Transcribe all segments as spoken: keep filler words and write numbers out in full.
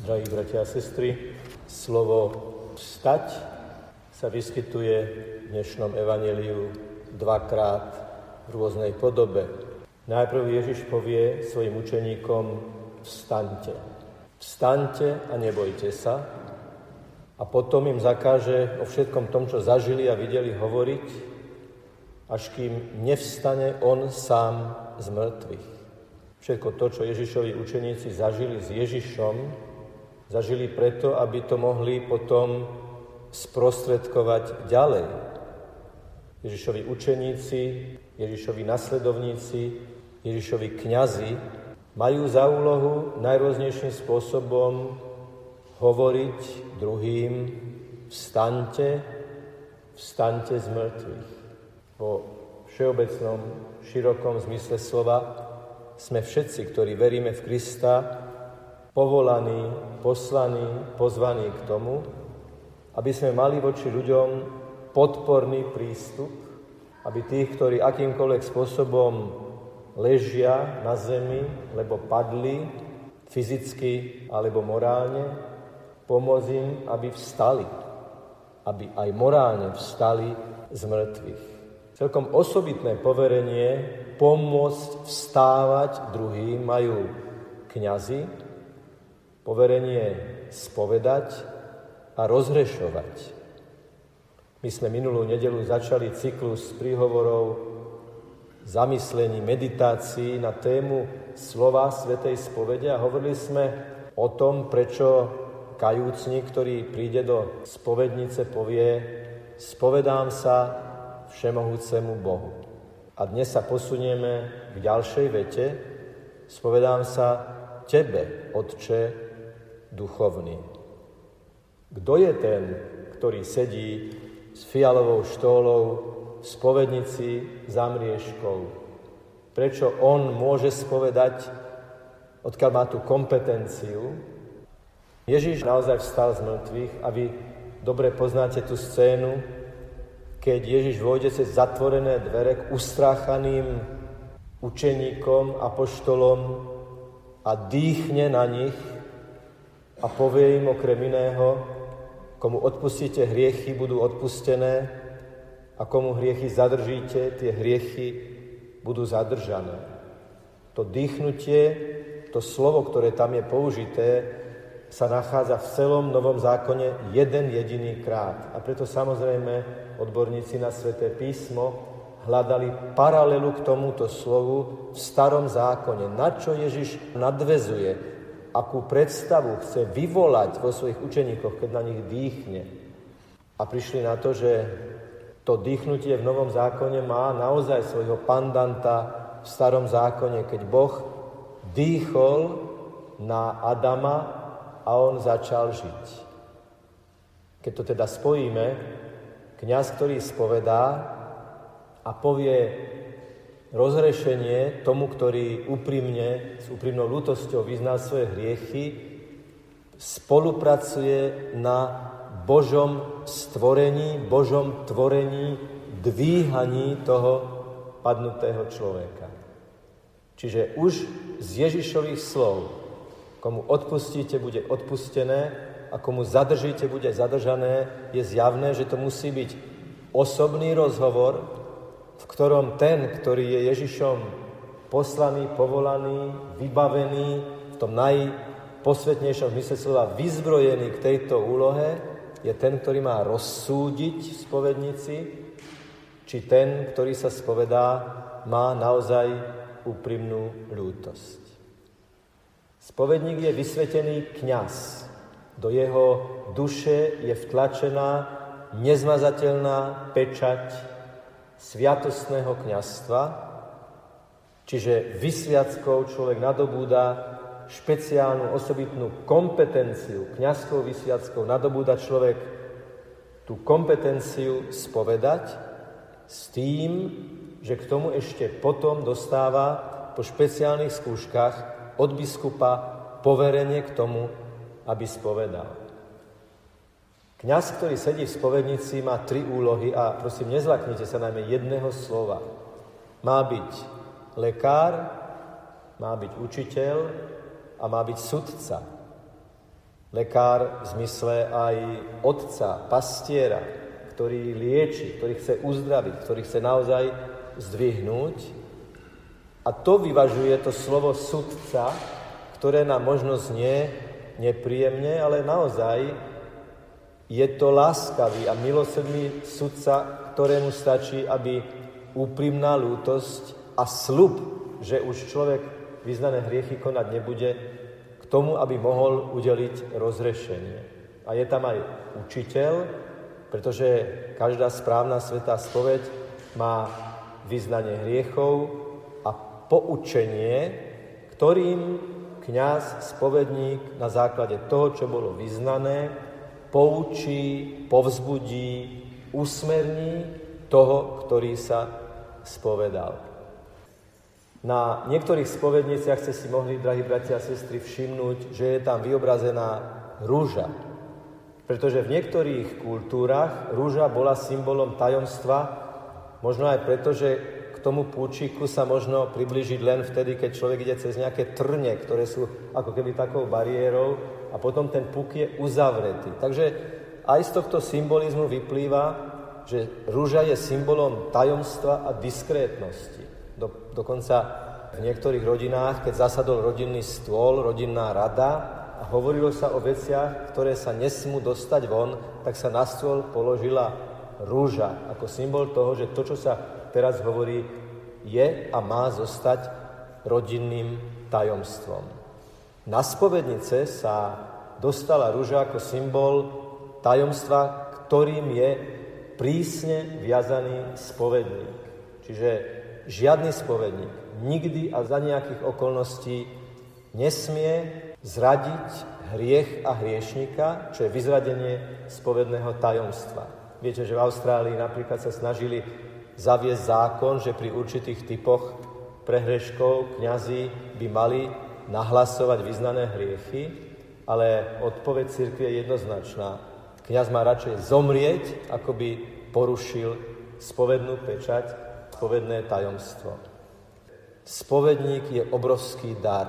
Drahí bratia a sestry, slovo vstať sa vyskytuje v dnešnom evanjeliu dvakrát v rôznej podobe. Najprv Ježiš povie svojim učeníkom: vstaňte. Vstaňte a nebojte sa. A potom im zakáže o všetkom tom, čo zažili a videli, hovoriť, až kým nevstane on sám z mŕtvych. Všetko to, čo Ježišovi učeníci zažili s Ježišom, zažili preto, aby to mohli potom sprostredkovať ďalej. Ježišovi učeníci, Ježišovi nasledovníci, Ježišovi kňazi majú za úlohu najrôznejším spôsobom hovoriť druhým: vstaňte, vstaňte z mŕtvych. Vo všeobecnom, širokom zmysle slova sme všetci, ktorí veríme v Krista, povolaní, poslaní, pozvaní k tomu, aby sme mali voči ľuďom podporný prístup, aby tých, ktorí akýmkoľvek spôsobom ležia na zemi, lebo padli fyzicky alebo morálne, pomôcť im, aby vstali, aby aj morálne vstali z mŕtvych. Celkom osobitné poverenie pomôcť vstávať druhým majú kňazi, poverenie spovedať a rozhrešovať. My sme minulú nedeľu začali cyklus príhovorov, zamyslení, meditácií na tému slova svätej spovede a hovorili sme o tom, prečo kajúcnik, ktorý príde do spovednice, povie: spovedám sa všemohúcemu Bohu. A dnes sa posunieme k ďalšej vete: spovedám sa Tebe, Otče duchovný. Kto je ten, ktorý sedí s fialovou štólou v spovednici za mriežkou? Prečo on môže spovedať, odkiaľ má tú kompetenciu? Ježiš naozaj vstal z mŕtvych a vy dobre poznáte tú scénu, keď Ježiš vôjde cez zatvorené dvere k ustráchaným učeníkom, apoštolom a dýchne na nich a povie im okrem iného: komu odpustíte hriechy, budú odpustené, a komu hriechy zadržíte, tie hriechy budú zadržané. To dýchnutie, to slovo, ktoré tam je použité, sa nachádza v celom Novom zákone jeden jediný krát. A preto samozrejme odborníci na Sväté písmo hľadali paralelu k tomuto slovu v Starom zákone. Na čo Ježiš nadväzuje, akú predstavu chce vyvolať vo svojich učeníkoch, keď na nich dýchne. A prišli na to, že to dýchnutie v Novom zákone má naozaj svojho pandanta v Starom zákone, keď Boh dýchol na Adama a on začal žiť. Keď to teda spojíme, kňaz, ktorý spovedá a povie rozhrešenie tomu, ktorý úprimne, s úprimnou ľútosťou vyzná svoje hriechy, spolupracuje na Božom stvorení, Božom tvorení, dvíhaní toho padnutého človeka. Čiže už z Ježišových slov: komu odpustíte, bude odpustené, a komu zadržíte, bude zadržané, je zjavné, že to musí byť osobný rozhovor, v ktorom ten, ktorý je Ježišom poslaný, povolaný, vybavený, v tom najposvetnejšom zmysle slova vyzbrojený k tejto úlohe, je ten, ktorý má rozsúdiť v spovednici, či ten, ktorý sa spovedá, má naozaj úprimnú ľútosť. Spovedník je vysvetený kňaz. Do jeho duše je vtlačená nezmazateľná pečať sviatostného kňazstva, čiže vysviackou človek nadobúda špeciálnu osobitnú kompetenciu, kňazskou vysviackou nadobúda človek tú kompetenciu spovedať s tým, že k tomu ešte potom dostáva po špeciálnych skúškach od biskupa poverenie k tomu, aby spovedal. Kňaz, ktorý sedí v spovednici, má tri úlohy a prosím, nezlaknite sa najmä jedného slova. Má byť lekár, má byť učiteľ a má byť sudca. Lekár v zmysle aj otca, pastiera, ktorý lieči, ktorý chce uzdraviť, ktorý chce naozaj zdvihnúť. A to vyvažuje to slovo sudca, ktoré nám možno znie nepríjemne, ale naozaj je to láskavý a milosrdný sudca, ktorému stačí, aby úprimná lútosť a sľub, že už človek vyznané hriechy konať nebude, k tomu, aby mohol udeliť rozrešenie. A je tam aj učiteľ, pretože každá správna svätá spoveď má vyznanie hriechov a poučenie, ktorým kňaz, spovedník na základe toho, čo bolo vyznané, poučí, povzbudí, usmerní toho, ktorý sa spovedal. Na niektorých spovedniciach ste si mohli, drahí bratia a sestry, všimnúť, že je tam vyobrazená rúža. Pretože v niektorých kultúrach rúža bola symbolom tajomstva, možno aj preto, že k tomu púčiku sa možno priblížiť len vtedy, keď človek ide cez nejaké trne, ktoré sú ako keby takou bariérou a potom ten púk je uzavretý. Takže aj z tohto symbolizmu vyplýva, že rúža je symbolom tajomstva a diskrétnosti. Do, dokonca v niektorých rodinách, keď zasadol rodinný stôl, rodinná rada a hovorilo sa o veciach, ktoré sa nesmú dostať von, tak sa na stôl položila rúža ako symbol toho, že to, čo sa teraz hovorí, je a má zostať rodinným tajomstvom. Na spovednice sa dostala rúža ako symbol tajomstva, ktorým je prísne viazaný spovedník. Čiže žiadny spovedník nikdy a za nejakých okolností nesmie zradiť hriech a hriešnika, čo je vyzradenie spovedného tajomstva. Viete, že v Austrálii napríklad sa snažili zaviesť zákon, že pri určitých typoch prehreškov kňazi by mali nahlasovať vyznané hriechy, ale odpoveď cirkvi je jednoznačná. Kňaz má radšej zomrieť, ako by porušil spovednú pečať, spovedné tajomstvo. Spovedník je obrovský dar.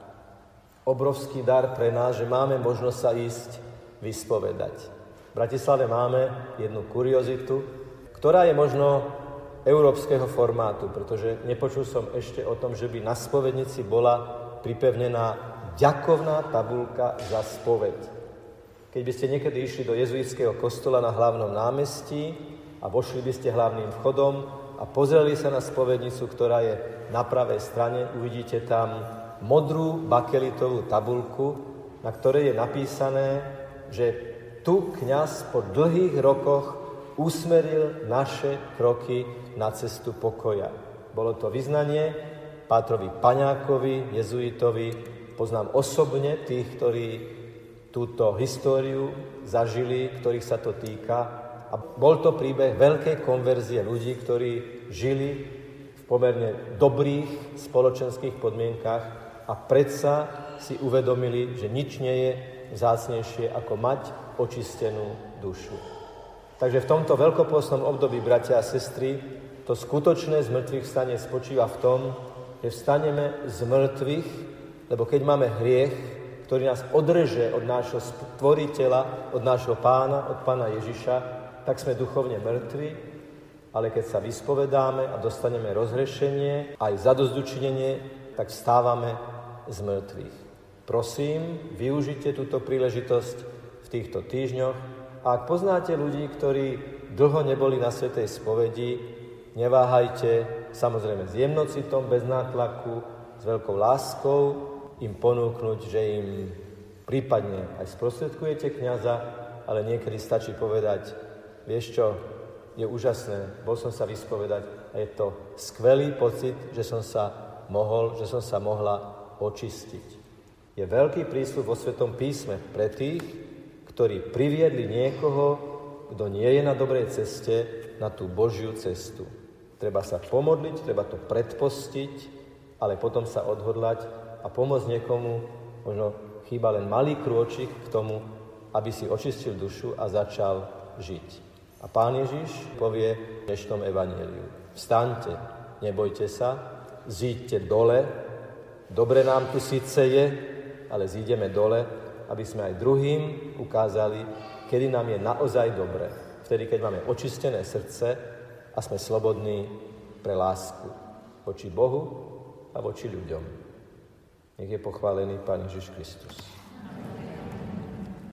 Obrovský dar pre nás, že máme možnosť sa ísť vyspovedať. V Bratislave máme jednu kuriozitu, ktorá je možno európskeho formátu, pretože nepočul som ešte o tom, že by na spovednici bola pripevnená ďakovná tabuľka za spoveď. Keď by ste niekedy išli do jezuitského kostola na hlavnom námestí a vošli by ste hlavným vchodom a pozreli sa na spovednicu, ktorá je na pravej strane, uvidíte tam modrú bakelitovú tabuľku, na ktorej je napísané, že tu kňaz po dlhých rokoch usmeril naše kroky na cestu pokoja. Bolo to vyznanie pátrovi Paňákovi, jezuitovi. Poznám osobne tých, ktorí túto históriu zažili, ktorých sa to týka. A bol to príbeh veľkej konverzie ľudí, ktorí žili v pomerne dobrých spoločenských podmienkach a predsa si uvedomili, že nič nie je vzácnejšie ako mať očistenú dušu. Takže v tomto veľkopôstnom období, bratia a sestry, to skutočné zmrtvých vstanie spočíva v tom, že vstaneme z mŕtvych, lebo keď máme hriech, ktorý nás odreže od nášho stvoriteľa, od nášho pána, od pána Ježiša, tak sme duchovne mŕtvi, ale keď sa vyspovedáme a dostaneme rozhrešenie, aj zadosťučinenie, tak vstávame z mŕtvych. Prosím, využite túto príležitosť v týchto týždňoch a ak poznáte ľudí, ktorí dlho neboli na svätej spovedi, neváhajte, samozrejme s jemnocitom, bez nátlaku, s veľkou láskou im ponúknuť, že im prípadne aj sprostredkujete kňaza, ale niekedy stačí povedať: vieš čo, je úžasné, bol som sa vyspovedať a je to skvelý pocit, že som sa mohol, že som sa mohla očistiť. Je veľký prísľub vo Svetom písme pre tých, ktorí priviedli niekoho, kto nie je na dobrej ceste, na tú Božiu cestu. Treba sa pomodliť, treba to predpostiť, ale potom sa odhodlať a pomôcť niekomu, možno chýba len malý krôčik k tomu, aby si očistil dušu a začal žiť. A Pán Ježiš povie v dnešnom evanjeliu: vstaňte, nebojte sa, zíďte dole, dobre nám tu síce je, ale zídeme dole, aby sme aj druhým ukázali, kedy nám je naozaj dobre. Vtedy, keď máme očistené srdce a sme slobodní pre lásku voči Bohu a voči ľuďom. Nech je pochválený Pán Ježiš Kristus.